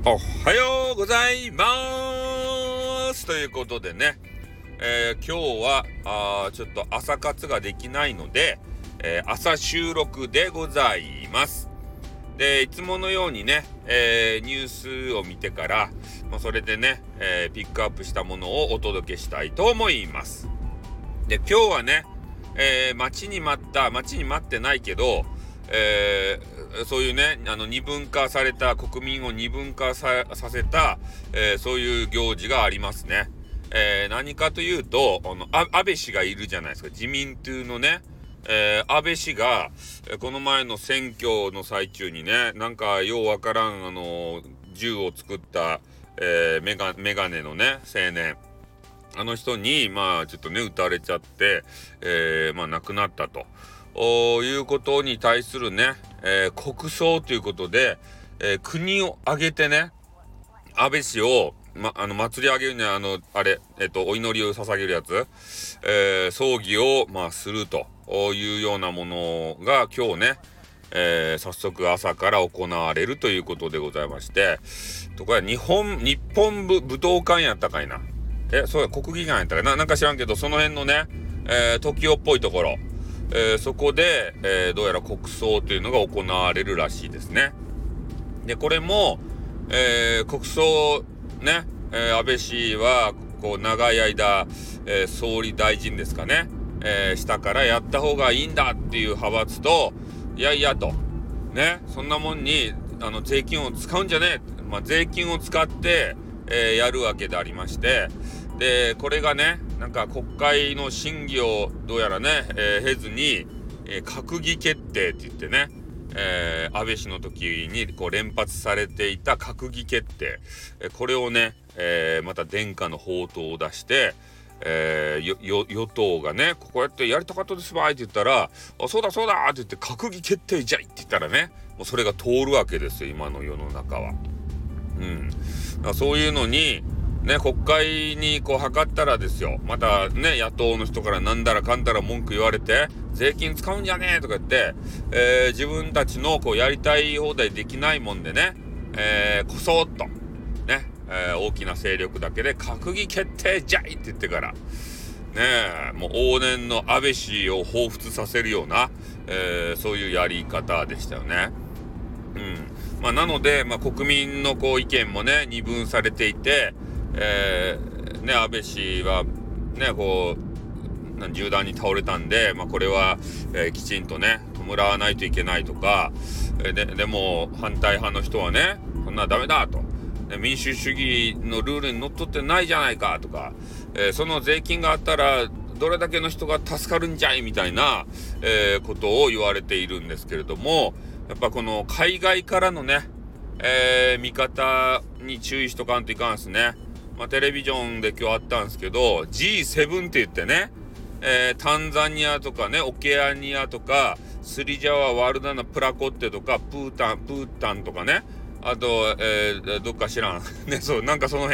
おはようございますということでね、今日はちょっと朝活ができないので、朝収録でございます。でいつものようにね、ニュースを見てから、それでね、ピックアップしたものをお届けしたいと思います。で今日はね、待ちに待ってないけど、そういうね二分化された国民を二分化させた、そういう行事がありますね。何かというと安倍氏がいるじゃないですか。自民党のね、安倍氏がこの前の選挙の最中にね、なんかようわからん銃を作った、メガネのね青年、あの人にちょっとね撃たれちゃって、亡くなったということに対するね、国葬ということで、国を挙げてね安倍氏を、祭り上げるね、お祈りを捧げるやつ、葬儀をするというようなものが今日ね、早速朝から行われるということでございまして、これ日本武道館やったかいな、そうや国技館やったかな、なんか知らんけど、その辺のね、TOKIOっぽいところ、そこで、どうやら国葬というのが行われるらしいですね。でこれも、国葬ね、安倍氏はこう長い間、総理大臣ですかね、下からやった方がいいんだっていう派閥と、いやいやとね、そんなもんに税金を使うんじゃねえ、税金を使って、やるわけでありまして、でこれがねなんか国会の審議をどうやらね、経ずに、閣議決定って言ってね、安倍氏の時にこう連発されていた閣議決定、これをね、また殿下の宝刀を出して、与党がねこうやってやりたかったですわって言ったら、そうだって言って閣議決定じゃいって言ったらね、もうそれが通るわけですよ、今の世の中は。だからそういうのにね、国会にこう測ったらですよ、またね野党の人からなんだらかんだら文句言われて、税金使うんじゃねえとか言って、自分たちのこうやりたい放題できないもんでね、こそっとね、大きな勢力だけで閣議決定じゃいって言ってからね、もう往年の安倍氏を彷彿させるような、そういうやり方でしたよね。なので、国民のこう意見もね二分されていて、安倍氏はねこう銃弾に倒れたんで、これは、きちんとね弔わないといけないとか、でも反対派の人はねそんなダメだと、民主主義のルールにのっとってないじゃないかとか、その税金があったらどれだけの人が助かるんじゃいみたいな、ことを言われているんですけれども、やっぱこの海外からのね、見方に注意しとかんといかんですね。テレビジョンで今日あったんですけど G7 って言ってね、タンザニアとかねオケアニアとかスリジャワ、ワルダナ、プラコッテとかプータンとかね、あと、どっか知らんね、そうなんかその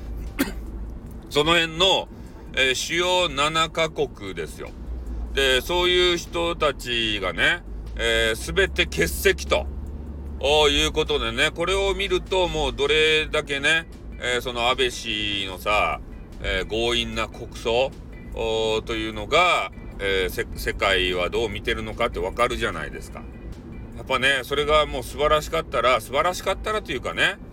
辺の、主要7カ国ですよ。でそういう人たちがね、全て欠席ということでね、これを見るともうどれだけね、その安倍氏のさ、強引な国葬というのが、世界はどう見てるのかってわかるじゃないですか。やっぱねそれがもう素晴らしかったらというかね、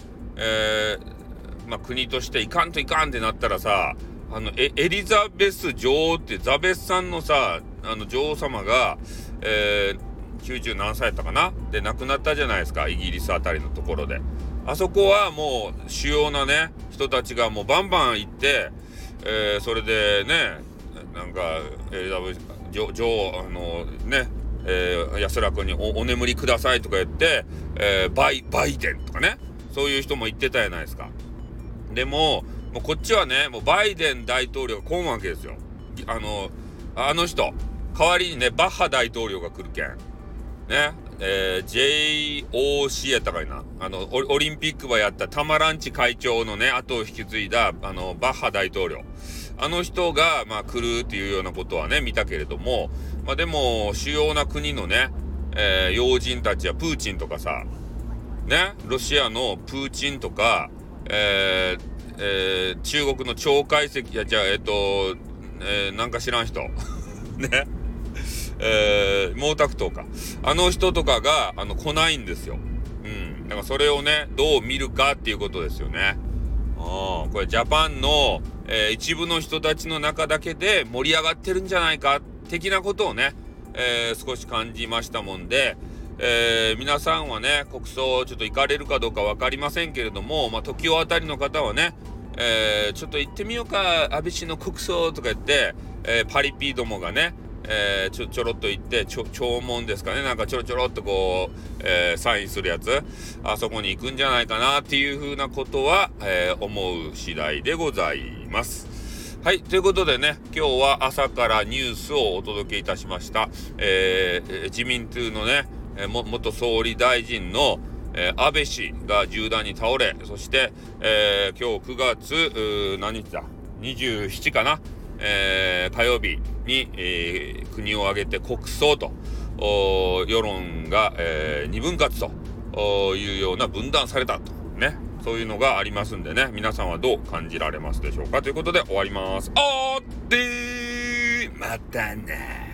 国としていかんってなったらさ、エリザベス女王ってザベスさんのさ女王様が、90何歳やったかなで亡くなったじゃないですか、イギリスあたりのところで。あそこはもう主要なね人たちがもうバンバン行って、それでねなんかエリザベス女王安らかに お眠りくださいとか言って、バイデンとかね、そういう人も言ってたじゃないですか。でもこっちはねもうバイデン大統領が来んわけですよ。あの人代わりにねバッハ大統領が来るけんね、JOC やったかいな、オリンピックはやったタマランチ会長のね後を引き継いだバッハ大統領、あの人が来るっていうようなことはね見たけれども、でも主要な国のね、要人たちはプーチンとかさ、 ね、ロシアのプーチンとか、中国の蒋介石なんか知らん人ね、毛沢東か、あの人とかが来ないんですよ。だからそれをねどう見るかっていうことですよね。これジャパンの、一部の人たちの中だけで盛り上がってるんじゃないか的なことをね、少し感じましたもんで、皆さんはね国葬ちょっと行かれるかどうか分かりませんけれども、時をあたりの方はね、ちょっと行ってみようか安倍氏の国葬とか言って、パリピーどもがね、ちょろっと行って弔問ですかね、なんかちょろっとこう、サインするやつ、あそこに行くんじゃないかなっていうふうなことは、思う次第でございます。はい、ということでね、今日は朝からニュースをお届けいたしました。自民党のね、元総理大臣の、安倍氏が銃弾に倒れ、そして、今日9月何日だ27かな、火曜日に、国を挙げて国葬と世論が、二分割というような分断されたとね、そういうのがありますんでね、皆さんはどう感じられますでしょうかということで終わります。またね。